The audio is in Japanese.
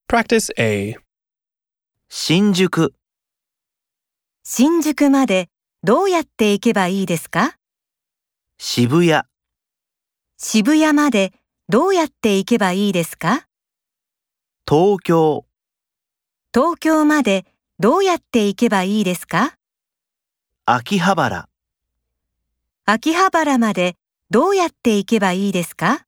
Practice A. 新宿、 新宿までどうやって行けばいいですか？ 渋谷、 渋谷までどうやって行けばいいですか？ 東京、 東京までどうやって行けばいいですか？ 秋葉原、 秋葉原までどうやって行けばいいですか？